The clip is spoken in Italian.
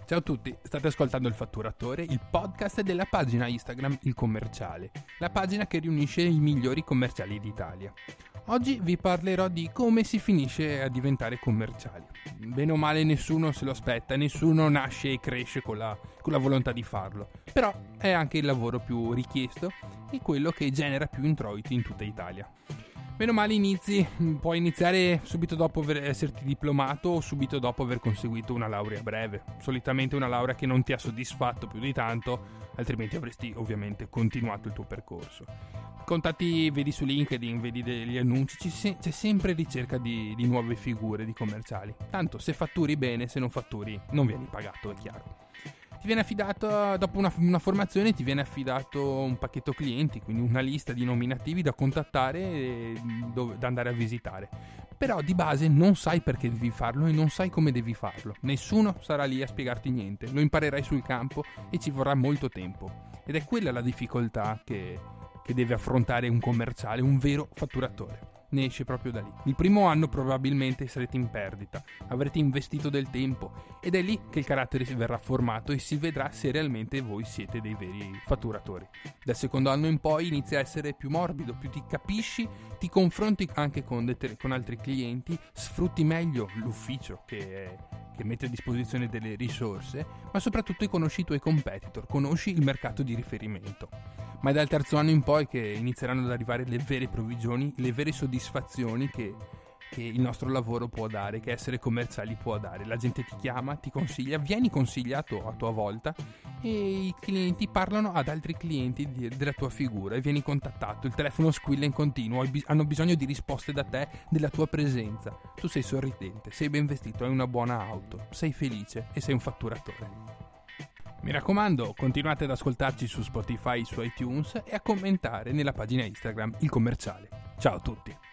Ciao a tutti, state ascoltando Il Fatturatore, il podcast della pagina Instagram Il Commerciale, la pagina che riunisce i migliori commerciali d'Italia. Oggi vi parlerò di come si finisce a diventare commerciali. Bene o male nessuno se lo aspetta, nessuno nasce e cresce con la volontà di farlo, però è anche il lavoro più richiesto e quello che genera più introiti in tutta Italia. Meno male puoi iniziare subito dopo esserti diplomato o subito dopo aver conseguito una laurea breve. Solitamente una laurea che non ti ha soddisfatto più di tanto, altrimenti avresti ovviamente continuato il tuo percorso. Contatti, vedi su LinkedIn, vedi degli annunci, c'è sempre ricerca di nuove figure di commerciali. Tanto se fatturi bene, se non fatturi non vieni pagato, è chiaro. Ti viene affidato, dopo una formazione, ti viene affidato un pacchetto clienti, quindi una lista di nominativi da contattare e da andare a visitare. Però di base non sai perché devi farlo e non sai come devi farlo. Nessuno sarà lì a spiegarti niente, lo imparerai sul campo e ci vorrà molto tempo. Ed è quella la difficoltà che deve affrontare un commerciale, un vero fatturatore. Ne esce proprio da lì. Il primo anno probabilmente sarete in perdita, avrete investito del tempo ed è lì che il carattere verrà formato e si vedrà se realmente voi siete dei veri fatturatori. Dal secondo anno in poi inizia a essere più morbido, più ti capisci, ti confronti anche con altri clienti, sfrutti meglio l'ufficio che mette a disposizione delle risorse, ma soprattutto conosci i tuoi competitor, conosci il mercato di riferimento. Ma è dal terzo anno in poi che inizieranno ad arrivare le vere provvigioni, le vere soddisfazioni che il nostro lavoro può dare, che essere commerciali può dare. La gente ti chiama, ti consiglia, vieni consigliato a tua volta e i clienti parlano ad altri clienti della tua figura e vieni contattato, il telefono squilla in continuo, hanno bisogno di risposte da te, della tua presenza. Tu sei sorridente, sei ben vestito, hai una buona auto, sei felice e sei un fatturatore. Mi raccomando, continuate ad ascoltarci su Spotify, su iTunes e a commentare nella pagina Instagram Il Commerciale. Ciao a tutti!